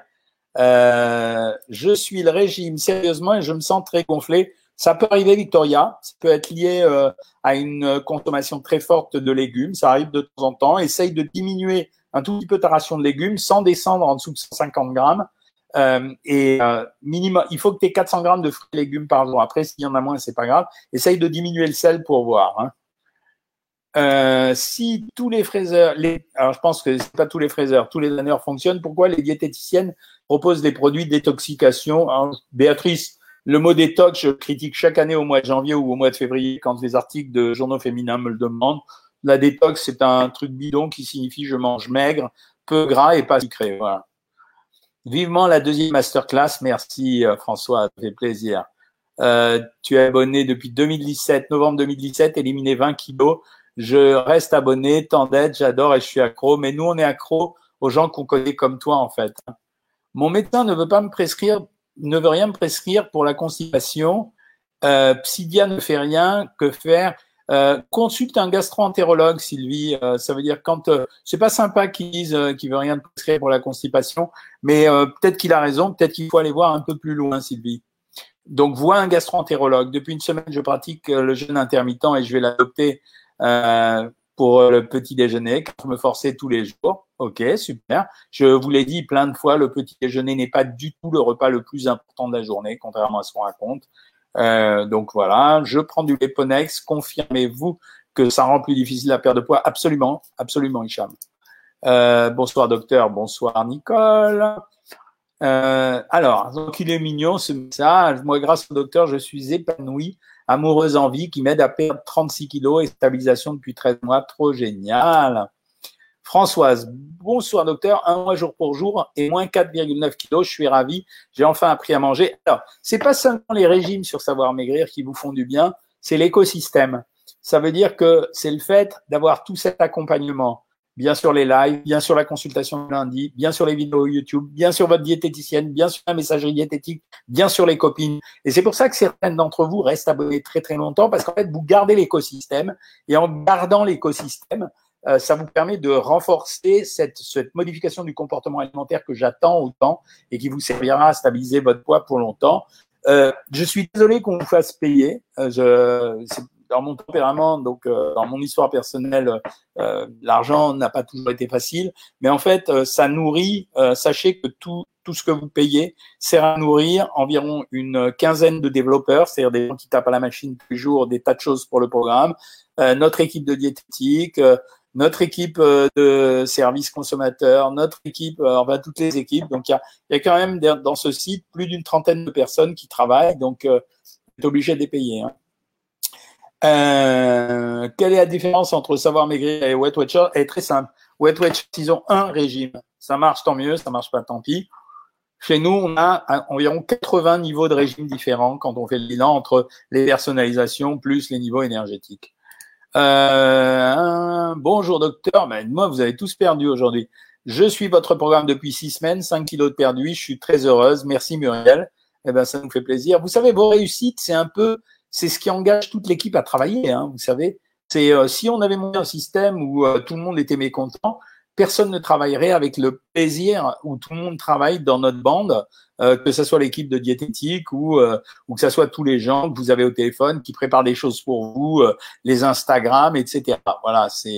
Je suis le régime sérieusement et je me sens très gonflé. Ça peut arriver, Victoria. Ça peut être lié à une consommation très forte de légumes. Ça arrive de temps en temps. Essaye de diminuer un tout petit peu ta ration de légumes sans descendre en dessous de 150 grammes. Minimum, il faut que tu aies 400 grammes de fruits et légumes par jour. Après, s'il y en a moins, c'est pas grave. Essaye de diminuer le sel pour voir. Si tous les fraiseurs, alors je pense que c'est pas tous les fraiseurs, tous les donneurs fonctionnent, pourquoi les diététiciennes proposent des produits de détoxication? Alors, Béatrice, le mot détox, je critique chaque année au mois de janvier ou au mois de février quand les articles de journaux féminins me le demandent. La détox, c'est un truc bidon qui signifie je mange maigre, peu gras et pas sucré. Voilà. Vivement la deuxième masterclass. Merci François, ça fait plaisir. Tu es abonné depuis 2017, novembre 2017, éliminé 20 kilos. Je reste abonné, tant d'aide, j'adore et je suis accro. Mais nous, on est accro aux gens qu'on connaît comme toi, en fait. Mon médecin ne veut rien me prescrire pour la constipation. Psydia ne fait rien. Que faire? Consulte un gastro-entérologue, Sylvie. Ça veut dire quand c'est pas sympa qu'ils disent qu'il veut rien te prescrire pour la constipation, mais peut-être qu'il a raison. Peut-être qu'il faut aller voir un peu plus loin, Sylvie. Donc, vois un gastro-entérologue. Depuis une semaine, je pratique le jeûne intermittent et je vais l'adopter pour le petit déjeuner, car je me forçais tous les jours. Ok, super. Je vous l'ai dit plein de fois, le petit déjeuner n'est pas du tout le repas le plus important de la journée, contrairement à ce qu'on raconte. Donc voilà, je prends du Leponex. Confirmez-vous que ça rend plus difficile la perte de poids? Absolument, absolument, Hicham. Bonsoir docteur, bonsoir Nicole. Alors, donc il est mignon ce message. Moi, grâce au docteur, je suis épanouie, amoureuse en vie, qui m'aide à perdre 36 kilos et stabilisation depuis 13 mois. Trop génial. Françoise, bonsoir docteur, 1 mois jour pour jour et moins 4,9 kilos, je suis ravie, j'ai enfin appris à manger. Alors, c'est pas seulement les régimes sur Savoir Maigrir qui vous font du bien, c'est l'écosystème. Ça veut dire que c'est le fait d'avoir tout cet accompagnement, bien sûr les lives, bien sûr la consultation le lundi, bien sûr les vidéos YouTube, bien sûr votre diététicienne, bien sûr la messagerie diététique, bien sûr les copines. Et c'est pour ça que certaines d'entre vous restent abonnés très très longtemps, parce qu'en fait, vous gardez l'écosystème, et en gardant l'écosystème, ça vous permet de renforcer cette modification du comportement alimentaire que j'attends autant et qui vous servira à stabiliser votre poids pour longtemps. Je suis désolé qu'on vous fasse payer. C'est dans mon tempérament, donc dans mon histoire personnelle, l'argent n'a pas toujours été facile, mais en fait, ça nourrit. Sachez que tout ce que vous payez sert à nourrir environ une quinzaine de développeurs, c'est-à-dire des gens qui tapent à la machine tous les jours, des tas de choses pour le programme, notre équipe de diététique, notre équipe de service consommateur, notre équipe, enfin toutes les équipes. Donc il y a quand même dans ce site plus d'une trentaine de personnes qui travaillent, donc vous êtes obligé de les payer. Hein. Quelle est la différence entre Savoir Maigrir et Weight Watchers? Elle est très simple. Weight Watchers, ils ont un régime. Ça marche, tant mieux. Ça marche pas, tant pis. Chez nous, on a environ 80 niveaux de régime différents quand on fait le bilan entre les personnalisations plus les niveaux énergétiques. Bonjour docteur, moi vous avez tous perdu aujourd'hui. Je suis votre programme depuis 6 semaines, 5 kilos de perdu, je suis très heureuse. Merci Muriel. Eh ben ça nous fait plaisir. Vous savez, vos réussites, c'est ce qui engage toute l'équipe à travailler. Hein, vous savez, c'est si on avait monté un système où tout le monde était mécontent, personne ne travaillerait avec le plaisir où tout le monde travaille dans notre bande, que ce soit l'équipe de diététique ou que ce soit tous les gens que vous avez au téléphone qui préparent des choses pour vous, les Instagram, etc. Voilà, c'est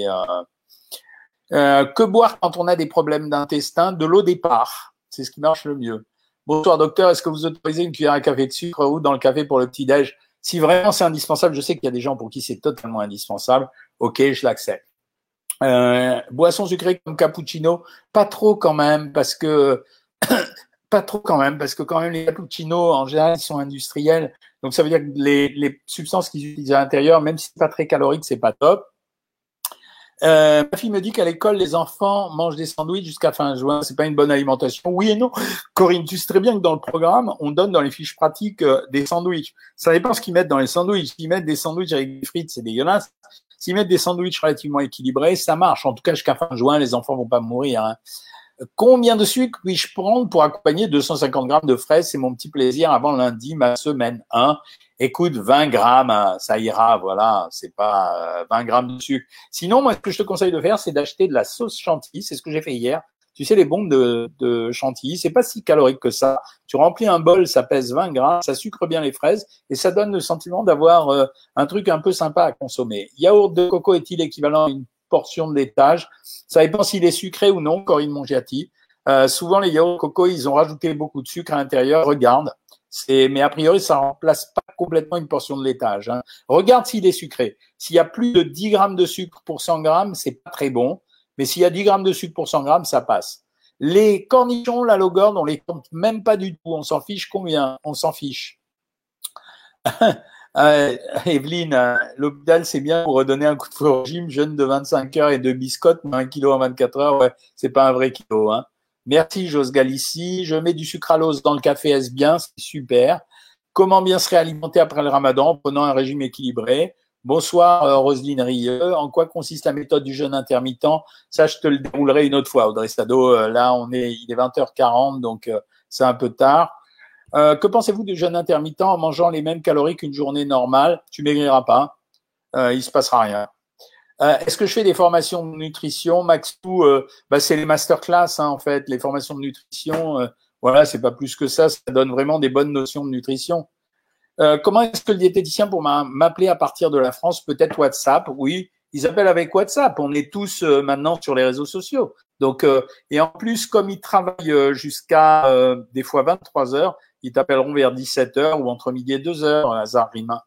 que boire quand on a des problèmes d'intestin? De l'eau départ, c'est ce qui marche le mieux. Bonsoir docteur, est-ce que vous autorisez une cuillère à café de sucre ou dans le café pour le petit-déj? Si vraiment c'est indispensable, je sais qu'il y a des gens pour qui c'est totalement indispensable, ok, je l'accepte. Boisson sucrée comme cappuccino, pas trop quand même, parce que quand même les cappuccinos en général ils sont industriels, donc ça veut dire que les substances qu'ils utilisent à l'intérieur, même si c'est pas très calorique, c'est pas top. Ma fille me dit qu'à l'école, les enfants mangent des sandwichs jusqu'à fin juin. C'est pas une bonne alimentation. Oui et non. Corinne, tu sais très bien que dans le programme, on donne dans les fiches pratiques des sandwichs. Ça dépend ce qu'ils mettent dans les sandwichs. S'ils mettent des sandwichs avec des frites, c'est dégueulasse. S'ils mettent des sandwichs relativement équilibrés, ça marche. En tout cas, jusqu'à fin juin, les enfants vont pas mourir. Hein. Combien de sucre puis-je prendre pour accompagner 250 grammes de fraises? C'est mon petit plaisir avant lundi, ma semaine 1. Écoute, 20 grammes, ça ira, voilà, c'est pas 20 grammes de sucre. Sinon, moi, ce que je te conseille de faire, c'est d'acheter de la sauce chantilly. C'est ce que j'ai fait hier. Tu sais, les bombes de chantilly, c'est pas si calorique que ça. Tu remplis un bol, ça pèse 20 grammes, ça sucre bien les fraises et ça donne le sentiment d'avoir un truc un peu sympa à consommer. Yaourt de coco est-il équivalent à une portion de laitage? Ça dépend s'il est sucré ou non, Corinne Mongiati. Souvent, les yaourts de coco, ils ont rajouté beaucoup de sucre à l'intérieur. Regarde. Mais a priori, ça remplace pas complètement une portion de laitage. Hein. Regarde s'il est sucré. S'il y a plus de 10 grammes de sucre pour 100 grammes, c'est pas très bon. Mais s'il y a 10 grammes de sucre pour 100 grammes, ça passe. Les cornichons, la logorde, on les compte même pas du tout. On s'en fiche combien? On s'en fiche. Evelyne, l'hôpital, c'est bien pour redonner un coup de feu au régime, jeûne de 25 heures et 2 biscottes, mais 1 kilo en 24 heures, ouais, c'est pas un vrai kilo, hein. Merci, Jos Galici. Je mets du sucralose dans le café, est-ce bien? C'est super. Comment bien se réalimenter après le ramadan en prenant un régime équilibré? Bonsoir, Roselyne Rieux. En quoi consiste la méthode du jeûne intermittent? Ça, je te le déroulerai une autre fois, Audrey Sado. Là, il est 20h40, donc c'est un peu tard. Que pensez-vous du jeûne intermittent en mangeant les mêmes calories qu'une journée normale? Tu maigriras pas. Il se passera rien. Est-ce que je fais des formations de nutrition? Maxou, c'est les masterclass, hein, en fait, les formations de nutrition. Voilà, c'est pas plus que ça. Ça donne vraiment des bonnes notions de nutrition. Comment est-ce que le diététicien pour m'appeler à partir de la France? Peut-être WhatsApp. Oui, ils appellent avec WhatsApp. On est tous maintenant sur les réseaux sociaux. Donc, et en plus, comme ils travaillent jusqu'à des fois 23 heures, Ils t'appelleront vers 17h ou entre midi et 2h, hasard rima.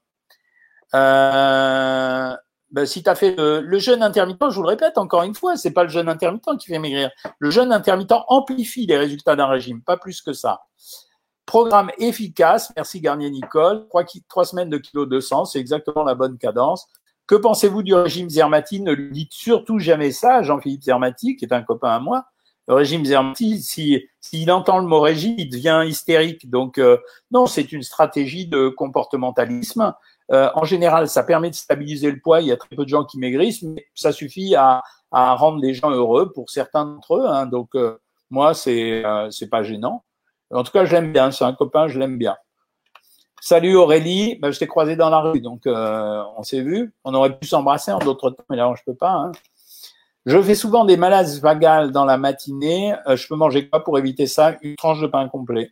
Si tu as fait le jeûne intermittent, je vous le répète encore une fois, c'est pas le jeûne intermittent qui fait maigrir. Le jeûne intermittent amplifie les résultats d'un régime, pas plus que ça. Programme efficace, merci Garnier Nicole, 3 semaines de kilo 200, c'est exactement la bonne cadence. Que pensez-vous du régime Zermati? Ne lui dites surtout jamais ça, Jean-Philippe Zermati, qui est un copain à moi. Le régime Zermati, s'il entend le mot régime, il devient hystérique. Donc, non, c'est une stratégie de comportementalisme. En général, ça permet de stabiliser le poids. Il y a très peu de gens qui maigrissent, mais ça suffit à rendre les gens heureux pour certains d'entre eux. Hein. Donc, moi, c'est pas gênant. En tout cas, je l'aime bien. C'est un copain, je l'aime bien. Salut Aurélie. Je t'ai croisé dans la rue, donc on s'est vu. On aurait pu s'embrasser en d'autres temps, mais là, je peux pas. Hein. Je fais souvent des malaise vagales dans la matinée. Je peux manger quoi pour éviter ça? Une tranche de pain complet.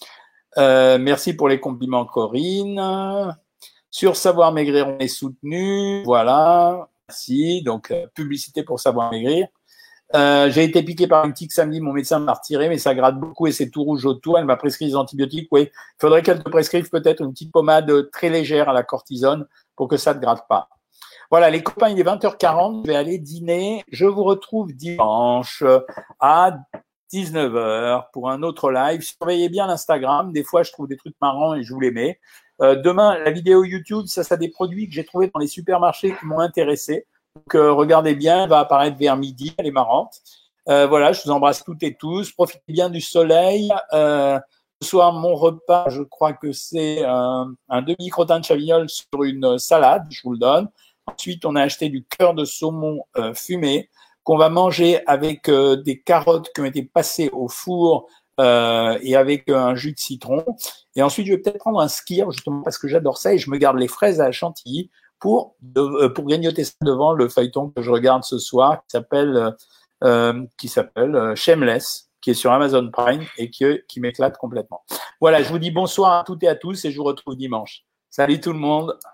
Merci pour les compliments, Corinne. Sur Savoir Maigrir, on est soutenu. Voilà. Merci. Donc, publicité pour Savoir Maigrir. J'ai été piqué par une tique samedi. Mon médecin m'a retiré, mais ça gratte beaucoup et c'est tout rouge autour. Elle m'a prescrit des antibiotiques. Oui. Il faudrait qu'elle te prescrive peut-être une petite pommade très légère à la cortisone pour que ça ne te gratte pas. Voilà, les copains, il est 20h40. Je vais aller dîner. Je vous retrouve dimanche à 19h pour un autre live. Surveillez bien l'Instagram. Des fois, je trouve des trucs marrants et je vous les mets. Demain, la vidéo YouTube, ça des produits que j'ai trouvés dans les supermarchés qui m'ont intéressé. Donc, regardez bien, elle va apparaître vers midi. Elle est marrante. Voilà, je vous embrasse toutes et tous. Profitez bien du soleil. Ce soir, mon repas, je crois que c'est un demi-crottin de chavignol sur une salade. Je vous le donne. Ensuite, on a acheté du cœur de saumon fumé qu'on va manger avec des carottes qui ont été passées au four et avec un jus de citron. Et ensuite, je vais peut-être prendre un skyr, justement parce que j'adore ça, et je me garde les fraises à la chantilly pour grignoter ça devant le feuilleton que je regarde ce soir, qui s'appelle Shameless, qui est sur Amazon Prime et qui m'éclate complètement. Voilà, je vous dis bonsoir à toutes et à tous et je vous retrouve dimanche. Salut tout le monde.